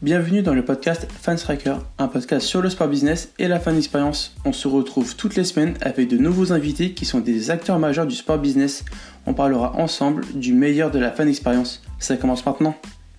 Bienvenue dans le podcast FanStracker, un podcast sur le sport business et la fan expérience. On se retrouve toutes les semaines avec de nouveaux invités qui sont des acteurs majeurs du sport business. On parlera ensemble du meilleur de la fan expérience. Ça commence maintenant.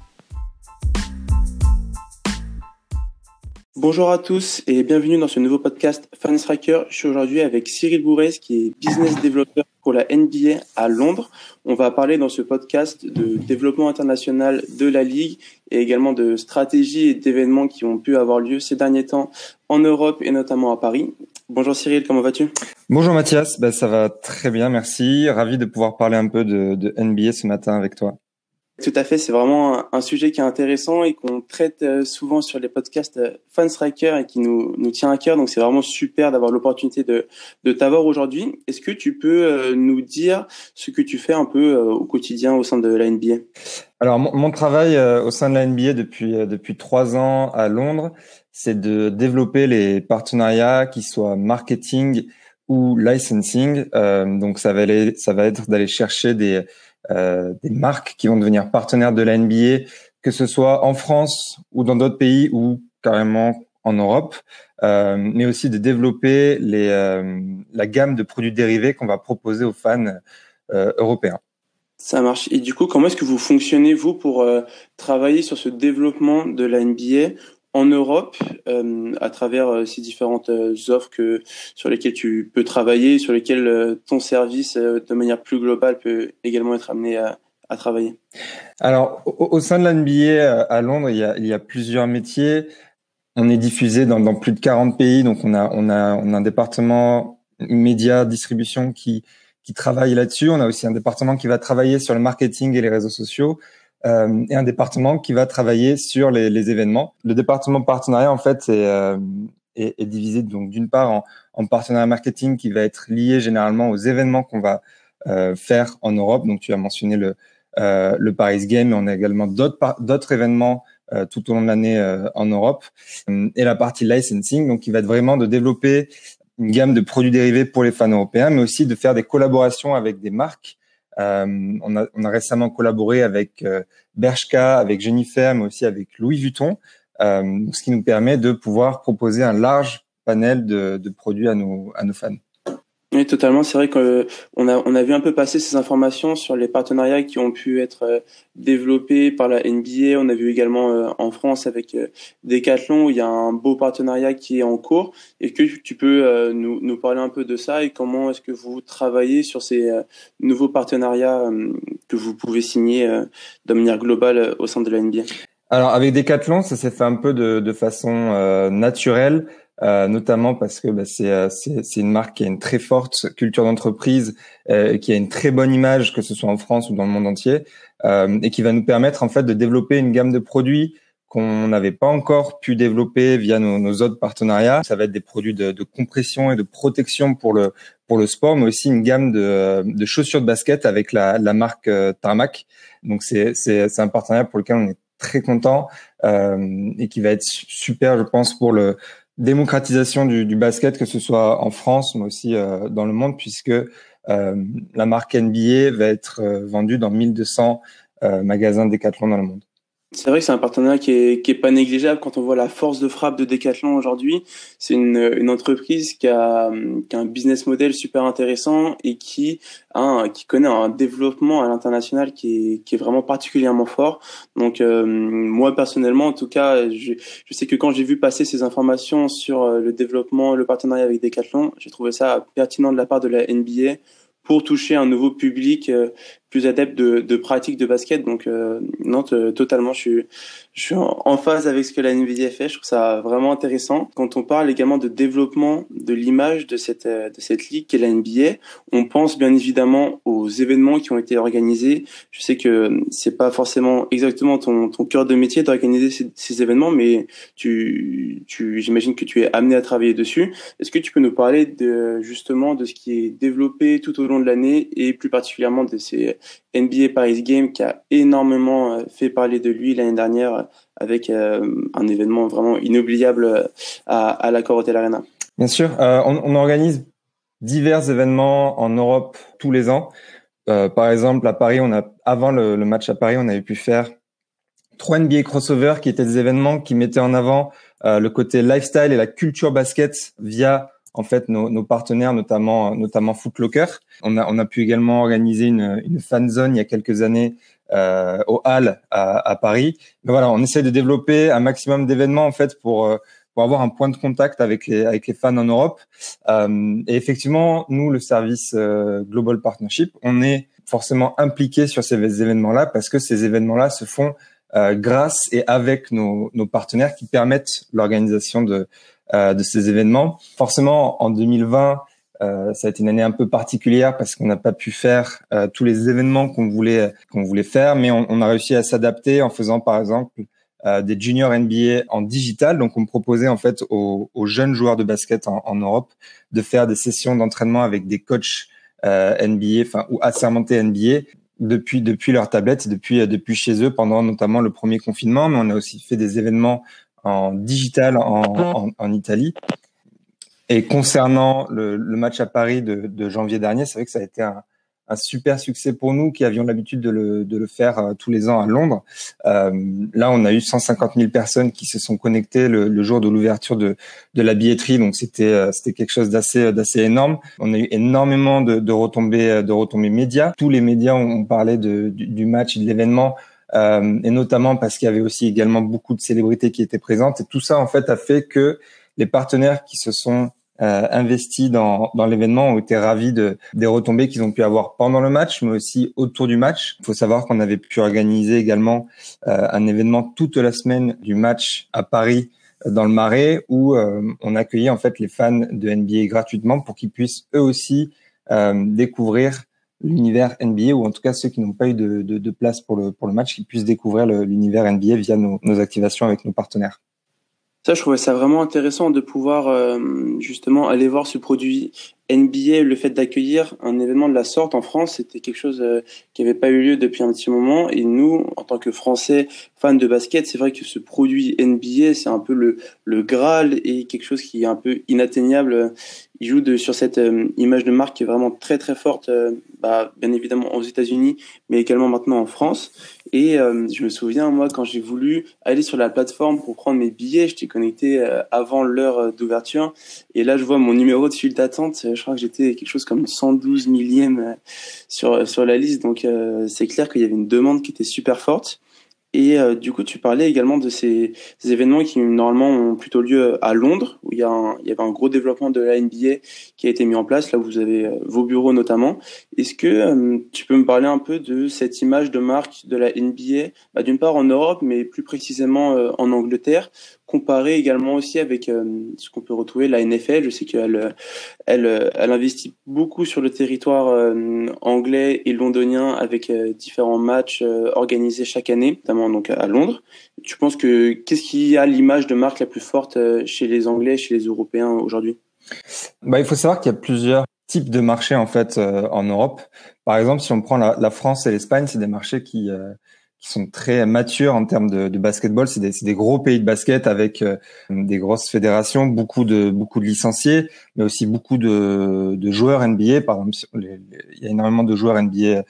Bonjour à tous et bienvenue dans ce nouveau podcast FanStracker. Je suis aujourd'hui avec Cyril Bourrez qui est business developer pour la NBA à Londres. On va parler dans ce podcast de développement international de la ligue et également de stratégies et d'événements qui ont pu avoir lieu ces derniers temps en Europe et notamment à Paris. Bonjour Cyril, comment vas-tu ? Bonjour Mathias, ça va très bien, merci. Ravi de pouvoir parler un peu de NBA ce matin avec toi. Tout à fait, c'est vraiment un sujet qui est intéressant et qu'on traite souvent sur les podcasts FanStracker et qui nous tient à cœur. Donc c'est vraiment super d'avoir l'opportunité de t'avoir aujourd'hui. Est-ce que tu peux nous dire ce que tu fais un peu au quotidien au sein de la NBA ? Alors mon travail au sein de la NBA depuis 3 ans à Londres, c'est de développer les partenariats qui soient marketing ou licensing. Donc ça va être d'aller chercher des marques qui vont devenir partenaires de la NBA, que ce soit en France ou dans d'autres pays ou carrément en Europe, mais aussi de développer la gamme de produits dérivés qu'on va proposer aux fans européens. Ça marche. Et du coup, comment est-ce que vous fonctionnez, vous, pour travailler sur ce développement de la NBA en Europe à travers ces différentes offres sur lesquelles tu peux travailler, sur lesquelles ton service, de manière plus globale, peut également être amené à travailler ? Alors, au sein de la NBA à Londres, il y a plusieurs métiers. On est diffusé dans plus de 40 pays, donc on a un département média distribution qui travaille là-dessus. On a aussi un département qui va travailler sur le marketing et les réseaux sociaux, et un département qui va travailler sur les événements. Le département partenariat, en fait, est divisé donc d'une part en partenariat marketing qui va être lié généralement aux événements qu'on va faire en Europe. Donc tu as mentionné le Paris Game, mais on a également d'autres événements tout au long de l'année en Europe, et la partie licensing, donc qui va être vraiment de développer une gamme de produits dérivés pour les fans européens, mais aussi de faire des collaborations avec des marques. On a récemment collaboré avec Bershka, avec Jennifer, mais aussi avec Louis Vuitton, ce qui nous permet de pouvoir proposer un large panel de produits à nos fans. Oui, totalement. C'est vrai qu'on a vu un peu passer ces informations sur les partenariats qui ont pu être développés par la NBA. On a vu également en France avec Decathlon où il y a un beau partenariat qui est en cours. Est-ce que tu peux nous parler un peu de ça et comment est-ce que vous travaillez sur ces nouveaux partenariats que vous pouvez signer de manière globale au sein de la NBA ? Alors avec Decathlon, ça s'est fait un peu de façon naturelle. Notamment parce que c'est une marque qui a une très forte culture d'entreprise, qui a une très bonne image, que ce soit en France ou dans le monde entier, et qui va nous permettre en fait de développer une gamme de produits qu'on n'avait pas encore pu développer via nos autres partenariats. Ça va être des produits de compression et de protection pour le sport, mais aussi une gamme de chaussures de basket avec la marque Tarmac. Donc c'est un partenariat pour lequel on est très content, et qui va être super, je pense, pour le démocratisation du basket, que ce soit en France, mais aussi dans le monde, puisque la marque NBA va être vendue dans 1200 magasins Decathlon dans le monde. C'est vrai que c'est un partenariat qui est pas négligeable quand on voit la force de frappe de Decathlon aujourd'hui. C'est une entreprise qui a un business model super intéressant et qui connaît un développement à l'international qui est vraiment particulièrement fort. Donc moi personnellement en tout cas, je sais que quand j'ai vu passer ces informations sur le développement, le partenariat avec Decathlon, j'ai trouvé ça pertinent de la part de la NBA pour toucher un nouveau public plus adepte de pratiques de basket. Donc non, totalement, je suis en phase avec ce que la NBA fait. Je trouve ça vraiment intéressant. Quand on parle également de développement de l'image de cette ligue qu'est la NBA, on pense bien évidemment aux événements qui ont été organisés. Je sais que c'est pas forcément exactement ton cœur de métier d'organiser ces événements, mais j'imagine que tu es amené à travailler dessus. Est-ce que tu peux nous parler justement de ce qui est développé tout au long de l'année et plus particulièrement de ces NBA Paris Game qui a énormément fait parler de lui l'année dernière avec un événement vraiment inoubliable à l'Accor Hotel Arena. Bien sûr, on organise divers événements en Europe tous les ans. Par exemple, à Paris, avant le match à Paris, on avait pu faire 3 NBA crossover qui étaient des événements qui mettaient en avant le côté lifestyle et la culture basket via en fait nos partenaires, notamment Foot Locker. On a pu également organiser une fan zone il y a quelques années au Halles à Paris. Mais voilà, on essaie de développer un maximum d'événements en fait pour avoir un point de contact avec les fans en Europe. Et effectivement, nous, le service Global Partnership, on est forcément impliqué sur ces événements-là parce que ces événements-là se font grâce et avec nos partenaires qui permettent l'organisation de ces événements. Forcément, en 2020, ça a été une année un peu particulière parce qu'on n'a pas pu faire tous les événements qu'on voulait faire, mais on a réussi à s'adapter en faisant par exemple des juniors NBA en digital. Donc, on proposait en fait aux jeunes joueurs de basket en Europe de faire des sessions d'entraînement avec des coachs NBA, enfin ou assermentés NBA depuis leur tablette, depuis chez eux pendant notamment le premier confinement. Mais on a aussi fait des événements en digital en Italie. Et concernant le match à Paris de janvier dernier, c'est vrai que ça a été un super succès pour nous qui avions l'habitude de le faire tous les ans à Londres. Là, on a eu 150 000 personnes qui se sont connectées le jour de l'ouverture de la billetterie, donc c'était quelque chose d'assez énorme. On a eu énormément de retombées médias. Tous les médias ont parlé du match et de l'événement. Et notamment parce qu'il y avait aussi également beaucoup de célébrités qui étaient présentes. Et tout ça, en fait, a fait que les partenaires qui se sont investis dans l'événement ont été ravis des retombées qu'ils ont pu avoir pendant le match, mais aussi autour du match. Il faut savoir qu'on avait pu organiser également un événement toute la semaine du match à Paris dans le Marais où on accueillait en fait les fans de NBA gratuitement pour qu'ils puissent eux aussi découvrir l'univers NBA, ou en tout cas ceux qui n'ont pas eu de place pour le match, qui puissent découvrir l'univers NBA via nos activations avec nos partenaires. Ça, je trouvais ça vraiment intéressant de pouvoir justement aller voir ce produit NBA. Le fait d'accueillir un événement de la sorte en France, c'était quelque chose qui n'avait pas eu lieu depuis un petit moment. Et nous, en tant que Français fans de basket, c'est vrai que ce produit NBA, c'est un peu le Graal et quelque chose qui est un peu inatteignable. Il joue sur cette image de marque qui est vraiment très très forte, bien évidemment aux États-Unis, mais également maintenant en France. Et je me souviens, moi, quand j'ai voulu aller sur la plateforme pour prendre mes billets, j'étais connecté avant l'heure d'ouverture. Et là, je vois mon numéro de file d'attente. Je crois que j'étais quelque chose comme 112 millième sur la liste. Donc, c'est clair qu'il y avait une demande qui était super forte. Et du coup, tu parlais également de ces événements qui normalement ont plutôt lieu à Londres, où il y avait un gros développement de la NBA qui a été mis en place, là où vous avez vos bureaux notamment. Est-ce que tu peux me parler un peu de cette image de marque de la NBA, d'une part en Europe, mais plus précisément en Angleterre, comparée également aussi avec ce qu'on peut retrouver la NFL. Je sais qu'elle investit beaucoup sur le territoire anglais et londonien avec différents matchs organisés chaque année, notamment donc à Londres. Tu penses que qu'est-ce qui a l'image de marque la plus forte chez les Anglais, chez les Européens aujourd'hui? Il faut savoir qu'il y a plusieurs types de marchés en fait en Europe. Par exemple, si on prend la France et l'Espagne, c'est des marchés qui sont très matures en termes de basketball. C'est des gros pays de basket avec des grosses fédérations, beaucoup de licenciés, mais aussi beaucoup de joueurs NBA. Par exemple, il y a énormément de joueurs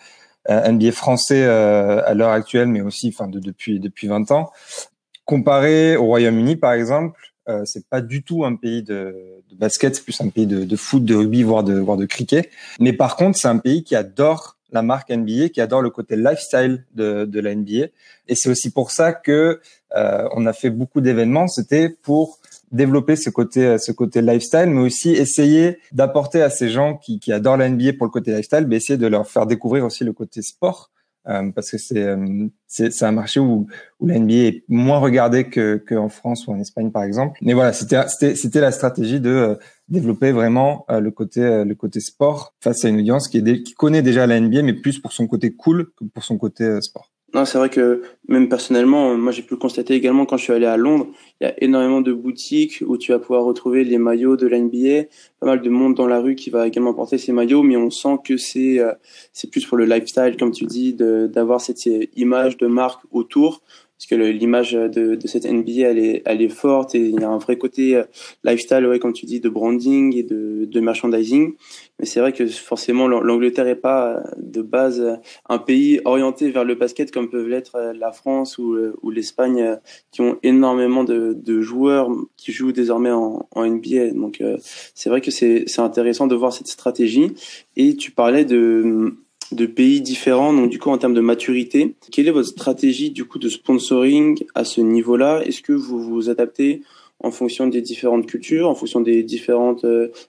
NBA français à l'heure actuelle, mais aussi depuis 20 ans. Comparé au Royaume-Uni, par exemple, c'est pas du tout un pays de basket, c'est plus un pays de foot, de rugby, voire de cricket. Mais par contre, c'est un pays qui adore la marque NBA, qui adore le côté lifestyle de la NBA. Et c'est aussi pour ça que on a fait beaucoup d'événements. C'était pour développer ce côté lifestyle, mais aussi essayer d'apporter à ces gens qui adorent la NBA pour le côté lifestyle, mais essayer de leur faire découvrir aussi le côté sport. Parce que c'est un marché où la NBA est moins regardée que en France ou en Espagne par exemple. Mais voilà, c'était la stratégie de développer vraiment le côté sport face à une audience qui connaît déjà la NBA, mais plus pour son côté cool que pour son côté sport. Non, c'est vrai que même personnellement, moi j'ai pu le constater également quand je suis allé à Londres, il y a énormément de boutiques où tu vas pouvoir retrouver les maillots de la NBA, pas mal de monde dans la rue qui va également porter ces maillots, mais on sent que c'est plus pour le lifestyle, comme tu dis, d'avoir cette image de marque autour. parce que l'image de cette NBA elle est forte et il y a un vrai côté lifestyle, ouais, comme tu dis, de branding et de merchandising. Mais c'est vrai que forcément l'Angleterre est pas de base un pays orienté vers le basket comme peuvent l'être la France ou l'Espagne, qui ont énormément de joueurs qui jouent désormais en NBA. Donc c'est vrai que c'est intéressant de voir cette stratégie. Et tu parlais de pays différents, donc du coup en termes de maturité, quelle est votre stratégie du coup de sponsoring à ce niveau-là? Est-ce que vous vous adaptez en fonction des différentes cultures, en fonction des différentes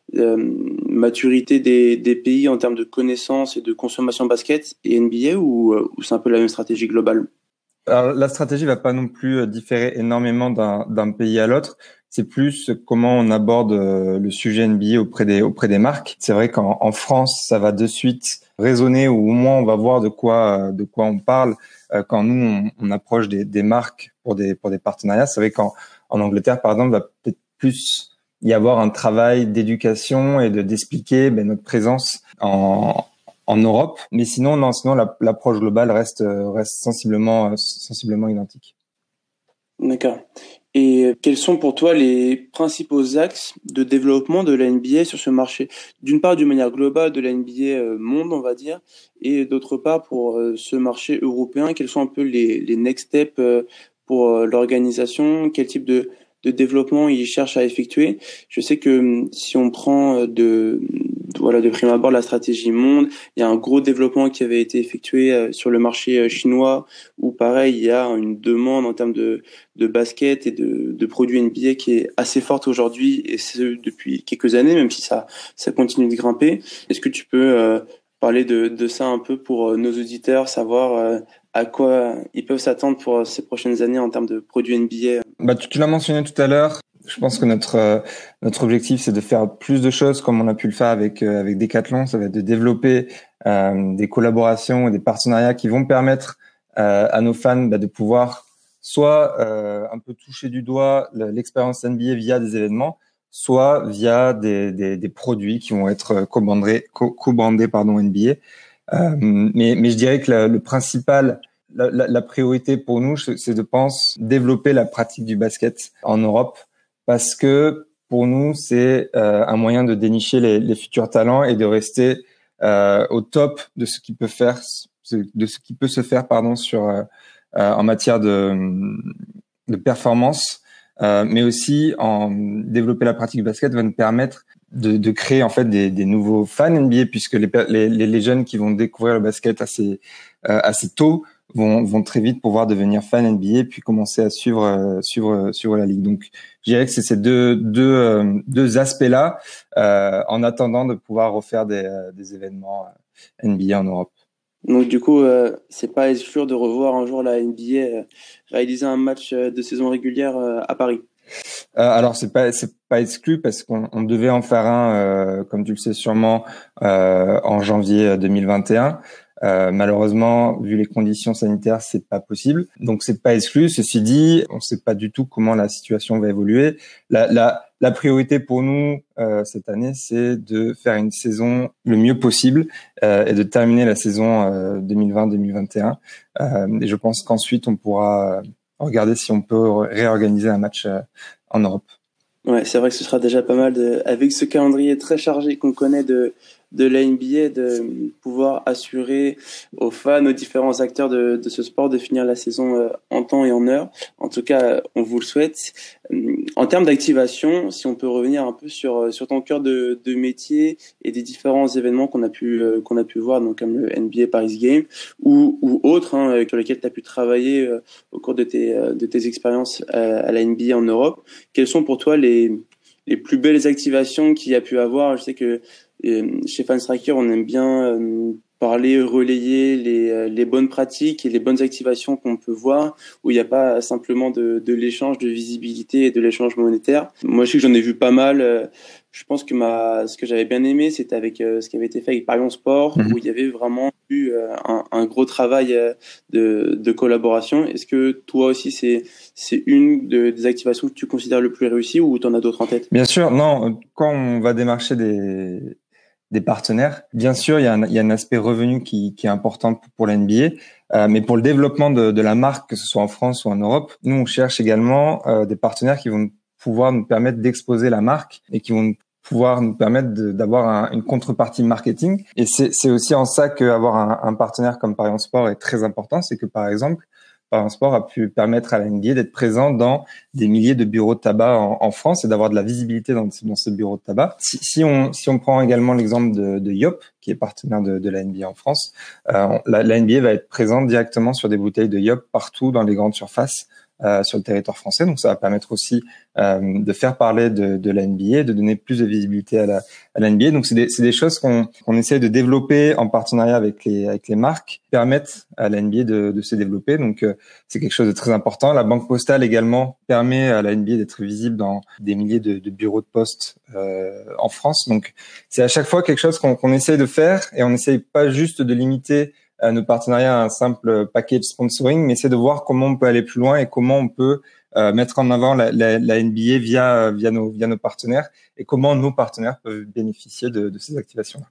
maturités des pays en termes de connaissances et de consommation basket et NBA, ou c'est un peu la même stratégie globale? Alors, la stratégie va pas non plus différer énormément d'un pays à l'autre. C'est plus comment on aborde le sujet NBA auprès des marques. C'est vrai qu'en France, ça va de suite résonner, ou au moins on va voir de quoi on parle quand nous on approche des marques pour des partenariats. C'est vrai en Angleterre, par exemple, va peut-être plus y avoir un travail d'éducation et d'expliquer notre présence en Europe. Mais sinon, non, sinon l'approche globale reste sensiblement identique. D'accord. Et quels sont pour toi les principaux axes de développement de la NBA sur ce marché? D'une part, d'une manière globale de la NBA monde, on va dire, et d'autre part, pour ce marché européen, quels sont un peu les next steps pour l'organisation? Quel type de développement ils cherchent à effectuer? Je sais que si on prend voilà, de prime abord la stratégie monde, il y a un gros développement qui avait été effectué sur le marché chinois, où pareil, il y a une demande en termes de basket et de produits NBA qui est assez forte aujourd'hui, et ce depuis quelques années, même si ça continue de grimper. Est-ce que tu peux parler de ça un peu pour nos auditeurs, savoir à quoi ils peuvent s'attendre pour ces prochaines années en termes de produits NBA? Tu l'as mentionné tout à l'heure. Je pense que notre objectif, c'est de faire plus de choses comme on a pu le faire avec Decathlon. Ça va être de développer des collaborations et des partenariats qui vont permettre à nos fans de pouvoir soit un peu toucher du doigt l'expérience NBA via des événements, soit via des produits qui vont être co-brandés NBA. Mais je dirais que le principal, la priorité pour nous, c'est de développer la pratique du basket en Europe, parce que pour nous, c'est un moyen de dénicher les futurs talents et de rester au top de ce qui peut se faire, pardon, en matière de performance, mais aussi en développer la pratique du basket va nous permettre de créer en fait des nouveaux fans NBA, puisque les jeunes qui vont découvrir le basket assez tôt vont très vite pouvoir devenir fans NBA puis commencer à suivre la ligue. Donc je dirais que c'est ces deux aspects-là en attendant de pouvoir refaire des événements NBA en Europe. Donc du coup, c'est pas exclure de revoir un jour la NBA réaliser un match de saison régulière à Paris. Alors c'est pas exclu, parce qu'on devait en faire un, comme tu le sais sûrement, en janvier 2021. Malheureusement, vu les conditions sanitaires, c'est pas possible. Donc c'est pas exclu. Ceci dit, on sait pas du tout comment la situation va évoluer. La priorité pour nous cette année, c'est de faire une saison le mieux possible et de terminer la saison 2020-2021. Et je pense qu'ensuite on pourra regarder si on peut réorganiser un match en Europe. Ouais, c'est vrai que ce sera déjà pas mal avec ce calendrier très chargé qu'on connaît de la NBA, de pouvoir assurer aux fans, aux différents acteurs de ce sport de finir la saison en temps et en heure. En tout cas, on vous le souhaite. En termes d'activation, si on peut revenir un peu sur ton cœur de métier et des différents événements qu'on a pu voir, donc comme le NBA Paris Game ou autres, hein, sur lesquels tu as pu travailler au cours de tes expériences à la NBA en Europe. Quelles sont pour toi les plus belles activations qu'il y a pu avoir? Je sais que chez Fanstriker, on aime bien parler, relayer les bonnes pratiques et les bonnes activations qu'on peut voir, où il n'y a pas simplement de l'échange de visibilité et de l'échange monétaire. Moi, je sais que j'en ai vu pas mal. Je pense que ce que j'avais bien aimé, c'était avec ce qui avait été fait avec Parion Sport, où il y avait vraiment eu un gros travail de collaboration. Est-ce que toi aussi, c'est une des activations que tu considères le plus réussie, ou tu en as d'autres en tête? Bien sûr, non, quand on va démarcher des partenaires. Bien sûr, il y a un aspect revenu qui est important pour la NBA, mais pour le développement de la marque, que ce soit en France ou en Europe, nous on cherche également des partenaires qui vont pouvoir nous permettre d'exposer la marque et qui vont pouvoir nous permettre d'avoir une contrepartie marketing. Et c'est aussi en ça qu'avoir un partenaire comme Paris Sport est très important, c'est que par exemple Paris Sport a pu permettre à la NBA d'être présent dans des milliers de bureaux de tabac en France et d'avoir de la visibilité dans ce bureau de tabac. Si on prend également l'exemple de Yop, qui est partenaire de la NBA en France, la NBA va être présente directement sur des bouteilles de Yop partout dans les grandes surfaces sur le territoire français. Donc, ça va permettre aussi de faire parler de la NBA, de donner plus de visibilité à la NBA. Donc, c'est des choses qu'on essaie de développer en partenariat avec les marques, qui permettent à la NBA de se développer. Donc, c'est quelque chose de très important. La Banque Postale également permet à la NBA d'être visible dans des milliers de bureaux de poste en France. Donc, c'est à chaque fois quelque chose qu'on essaie de faire et on n'essaye pas juste de limiter nos partenariats à un simple package sponsoring, mais c'est de voir comment on peut aller plus loin et comment on peut mettre en avant la NBA via nos partenaires et comment nos partenaires peuvent bénéficier de ces activations-là.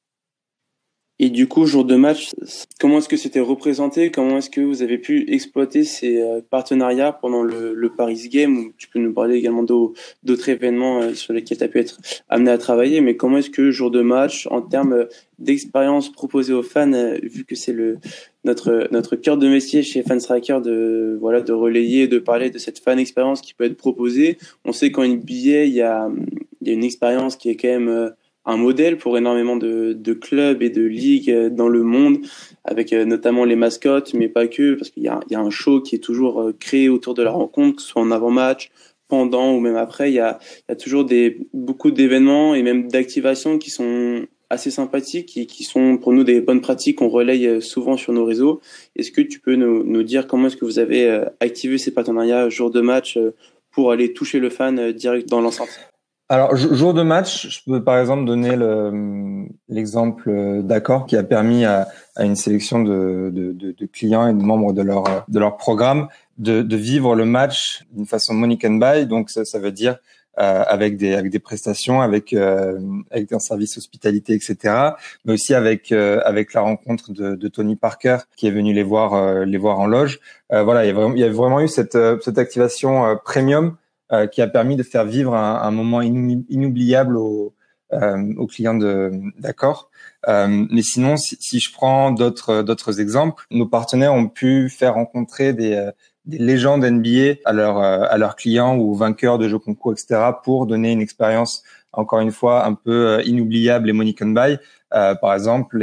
Et du coup, jour de match, comment est-ce que c'était représenté? Comment est-ce que vous avez pu exploiter ces partenariats pendant le Paris Game? Ou tu peux nous parler également d'autres événements sur lesquels tu as pu être amené à travailler, mais comment est-ce que jour de match, en termes d'expérience proposée aux fans, vu que c'est notre cœur de métier chez Fanstriker de relayer et de parler de cette fan expérience qui peut être proposée. On sait qu'en NBA, il y a une expérience qui est quand même un modèle pour énormément de clubs et de ligues dans le monde, avec notamment les mascottes, mais pas que, parce qu'il y a un show qui est toujours créé autour de la rencontre, que ce soit en avant-match, pendant ou même après. Il y a toujours beaucoup d'événements et même d'activations qui sont assez sympathiques et qui sont pour nous des bonnes pratiques qu'on relaye souvent sur nos réseaux. Est-ce que tu peux nous dire comment est-ce que vous avez activé ces partenariats jour de match pour aller toucher le fan direct dans l'enceinte? Alors, jour de match, je peux par exemple donner l'exemple d'Accor qui a permis à une sélection de clients et de membres de leur programme de vivre le match d'une façon money can buy. Donc, ça veut dire avec des prestations, avec un service hospitalité, etc. Mais aussi avec la rencontre de Tony Parker qui est venu les voir en loge. Voilà, il y a vraiment eu cette activation premium qui a permis de faire vivre un moment inoubliable aux clients d'Accor. Mais sinon, si je prends d'autres exemples, nos partenaires ont pu faire rencontrer des légendes NBA à leurs clients ou vainqueurs de jeux concours, etc., pour donner une expérience, encore une fois, un peu inoubliable et money can buy. Par exemple,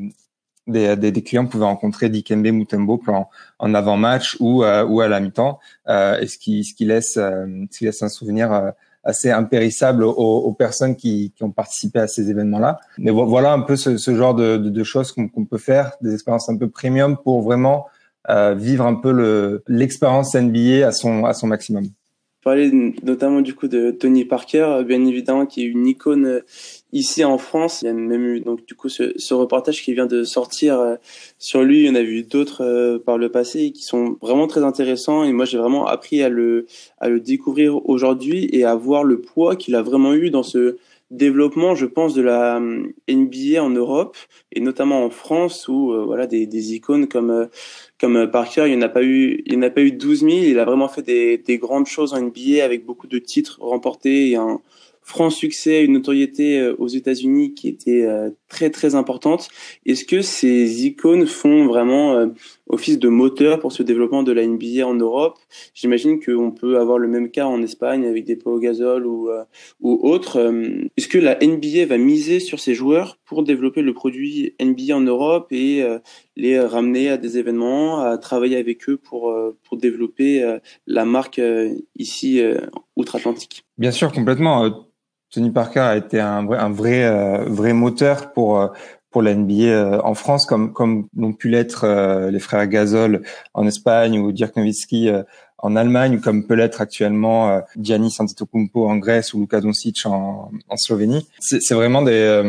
des clients pouvaient rencontrer Dikembe Mutombo en avant-match ou à la mi-temps, et ce qui laisse un souvenir assez impérissable aux personnes qui ont participé à ces événements-là. Mais voilà un peu ce genre de choses qu'on peut faire, des expériences un peu premium pour vraiment vivre un peu l'expérience NBA à son maximum. Parler notamment du coup de Tony Parker, bien évidemment, qui est une icône ici en France. Il y a même eu donc du coup ce reportage qui vient de sortir sur lui. Il y en a vu d'autres par le passé qui sont vraiment très intéressants. Et moi, j'ai vraiment appris à le découvrir aujourd'hui et à voir le poids qu'il a vraiment eu dans ce développement, je pense, de la NBA en Europe et notamment en France où des icônes comme Parker, il n'y en a pas eu 12 000. Il a vraiment fait des grandes choses en NBA avec beaucoup de titres remportés et un franc succès, une notoriété aux États-Unis qui était très très importante. Est-ce que ces icônes font vraiment office de moteur pour ce développement de la NBA en Europe? J'imagine qu'on peut avoir le même cas en Espagne avec des Pau Gasol ou autres. Est-ce que la NBA va miser sur ces joueurs pour développer le produit NBA en Europe et les ramener à des événements, à travailler avec eux pour développer la marque ici outre-Atlantique? Bien sûr, complètement. Tony Parker a été un vrai moteur pour la NBA en France, comme l'ont pu l'être les frères Gasol en Espagne ou Dirk Nowitzki en Allemagne, comme peut l'être actuellement Giannis Antetokounmpo en Grèce ou Luka Doncic en Slovénie. C'est vraiment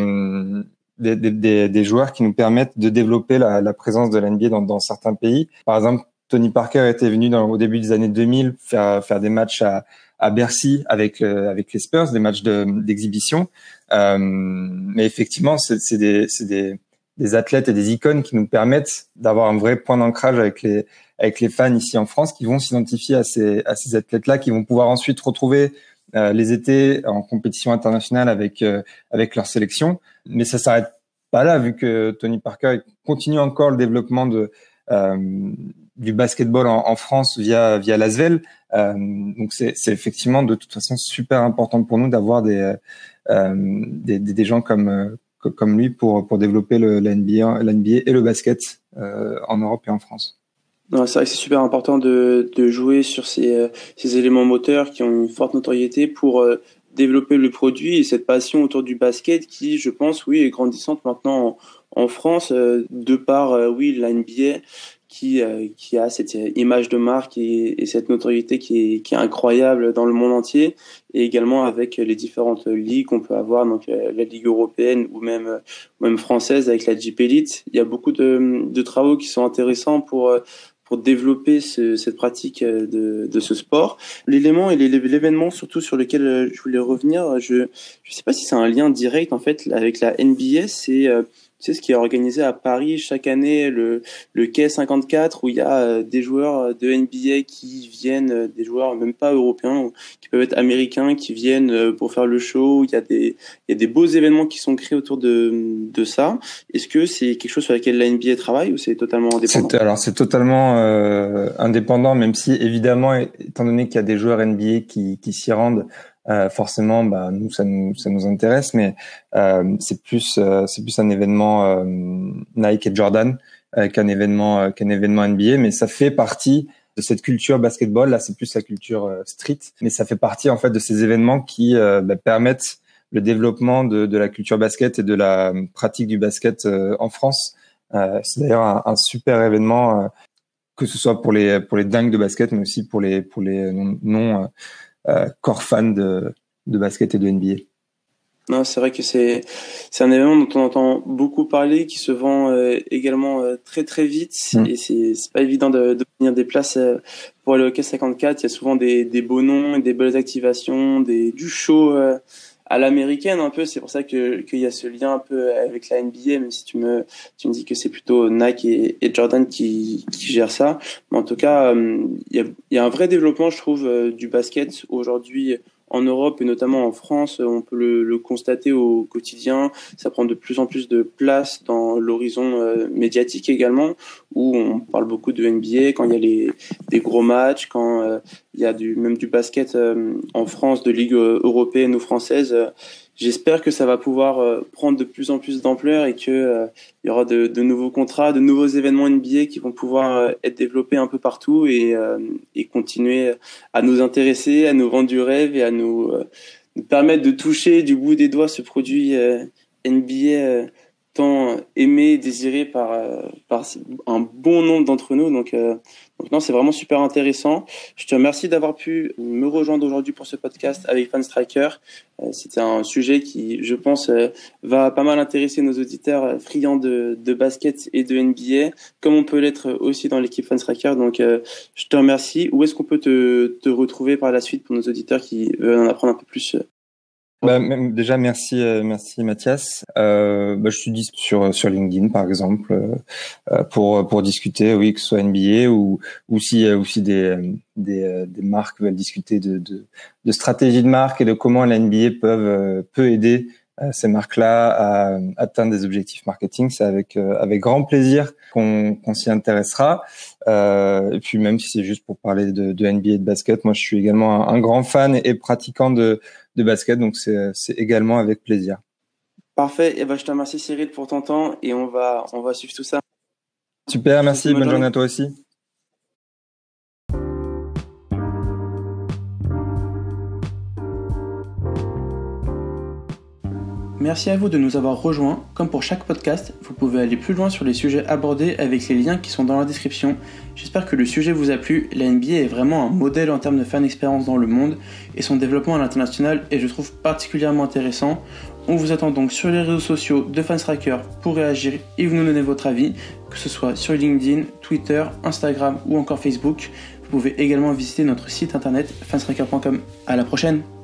des joueurs qui nous permettent de développer la présence de la NBA dans certains pays. Par exemple, Tony Parker était venu au début des années 2000 faire des matchs à Bercy avec les Spurs, des matchs d'exhibition. Mais effectivement, c'est des athlètes et des icônes qui nous permettent d'avoir un vrai point d'ancrage avec les fans ici en France, qui vont s'identifier à ces athlètes-là, qui vont pouvoir ensuite retrouver les étés en compétition internationale avec leur sélection. Mais ça s'arrête pas là, vu que Tony Parker continue encore le développement du basketball en France via l'Asvel. Donc c'est effectivement de toute façon super important pour nous d'avoir des gens comme lui pour développer la NBA et le basket en Europe et en France. Non, c'est vrai que c'est super important de jouer sur ces éléments moteurs qui ont une forte notoriété pour développer le produit et cette passion autour du basket qui, je pense, oui, est grandissante maintenant en France de par oui, la NBA qui a cette image de marque et cette notoriété qui est incroyable dans le monde entier, et également avec les différentes ligues qu'on peut avoir, donc la Ligue européenne ou même française avec la Jeep Elite. Il y a beaucoup de travaux qui sont intéressants pour développer cette pratique de ce sport. L'élément et l'événement surtout sur lequel je voulais revenir, je sais pas si c'est un lien direct en fait avec la NBA, c'est ce qui est organisé à Paris chaque année, le Quai 54, où il y a des joueurs de NBA qui viennent, des joueurs même pas européens, qui peuvent être américains, qui viennent pour faire le show. Il y a des beaux événements qui sont créés autour de ça. Est-ce que c'est quelque chose sur lequel la NBA travaille ou c'est totalement indépendant? C'est totalement indépendant, même si évidemment, étant donné qu'il y a des joueurs NBA qui s'y rendent, forcément, nous ça nous intéresse, mais c'est plus un événement Nike et Jordan qu'un événement NBA, mais ça fait partie de cette culture basketball. Là, c'est plus la culture street, mais ça fait partie en fait de ces événements qui permettent le développement de la culture basket et de la pratique du basket en France. C'est d'ailleurs un super événement, que ce soit pour les dingues de basket, mais aussi pour les non core fans de basket et de NBA. Non, c'est vrai que c'est un événement dont on entend beaucoup parler, qui se vend également très très vite, et c'est pas évident d'obtenir des places pour aller au Quai 54. Il y a souvent des beaux noms et des belles activations, du show à l'américaine un peu. C'est pour ça qu'il y a ce lien un peu avec la NBA, même si tu me dis que c'est plutôt Nike et Jordan qui gèrent ça. Mais en tout cas, il y a un vrai développement, je trouve, du basket aujourd'hui en Europe et notamment en France. On peut le constater au quotidien. Ça prend de plus en plus de place dans l'horizon médiatique également, où on parle beaucoup de NBA quand il y a des gros matchs, quand il y a même du basket en France, de ligue européenne ou française. J'espère que ça va pouvoir prendre de plus en plus d'ampleur et que il y aura de nouveaux contrats, de nouveaux événements NBA qui vont pouvoir être développés un peu partout et continuer à nous intéresser, à nous vendre du rêve et à nous permettre de toucher du bout des doigts ce produit NBA tant aimé et désiré par un bon nombre d'entre nous. Donc non, c'est vraiment super intéressant. Je te remercie d'avoir pu me rejoindre aujourd'hui pour ce podcast avec Fanstriker. C'était un sujet qui, je pense, va pas mal intéresser nos auditeurs friands de basket et de NBA, comme on peut l'être aussi dans l'équipe Fanstriker. Donc, je te remercie. Où est-ce qu'on peut te retrouver par la suite pour nos auditeurs qui veulent en apprendre un peu plus déjà merci Mathias. Je suis disponible sur LinkedIn par exemple pour discuter, oui, que ce soit NBA ou si des marques veulent discuter de stratégie de marque et de comment la NBA peut aider ces marques-là à atteindre des objectifs marketing. C'est avec grand plaisir qu'on s'y intéressera. Et puis même si c'est juste pour parler de NBA et de basket, moi je suis également un grand fan et pratiquant de basket, donc c'est également avec plaisir. Parfait. Et je te remercie Cyril pour ton temps et on va suivre tout ça. Super, merci. Bonne journée à toi aussi. Merci à vous de nous avoir rejoints. Comme pour chaque podcast, vous pouvez aller plus loin sur les sujets abordés avec les liens qui sont dans la description. J'espère que le sujet vous a plu. La NBA est vraiment un modèle en termes de fan expérience dans le monde et son développement à l'international est, je trouve, particulièrement intéressant. On vous attend donc sur les réseaux sociaux de Fanstriker pour réagir et vous nous donner votre avis, que ce soit sur LinkedIn, Twitter, Instagram ou encore Facebook. Vous pouvez également visiter notre site internet fanstriker.com. À la prochaine!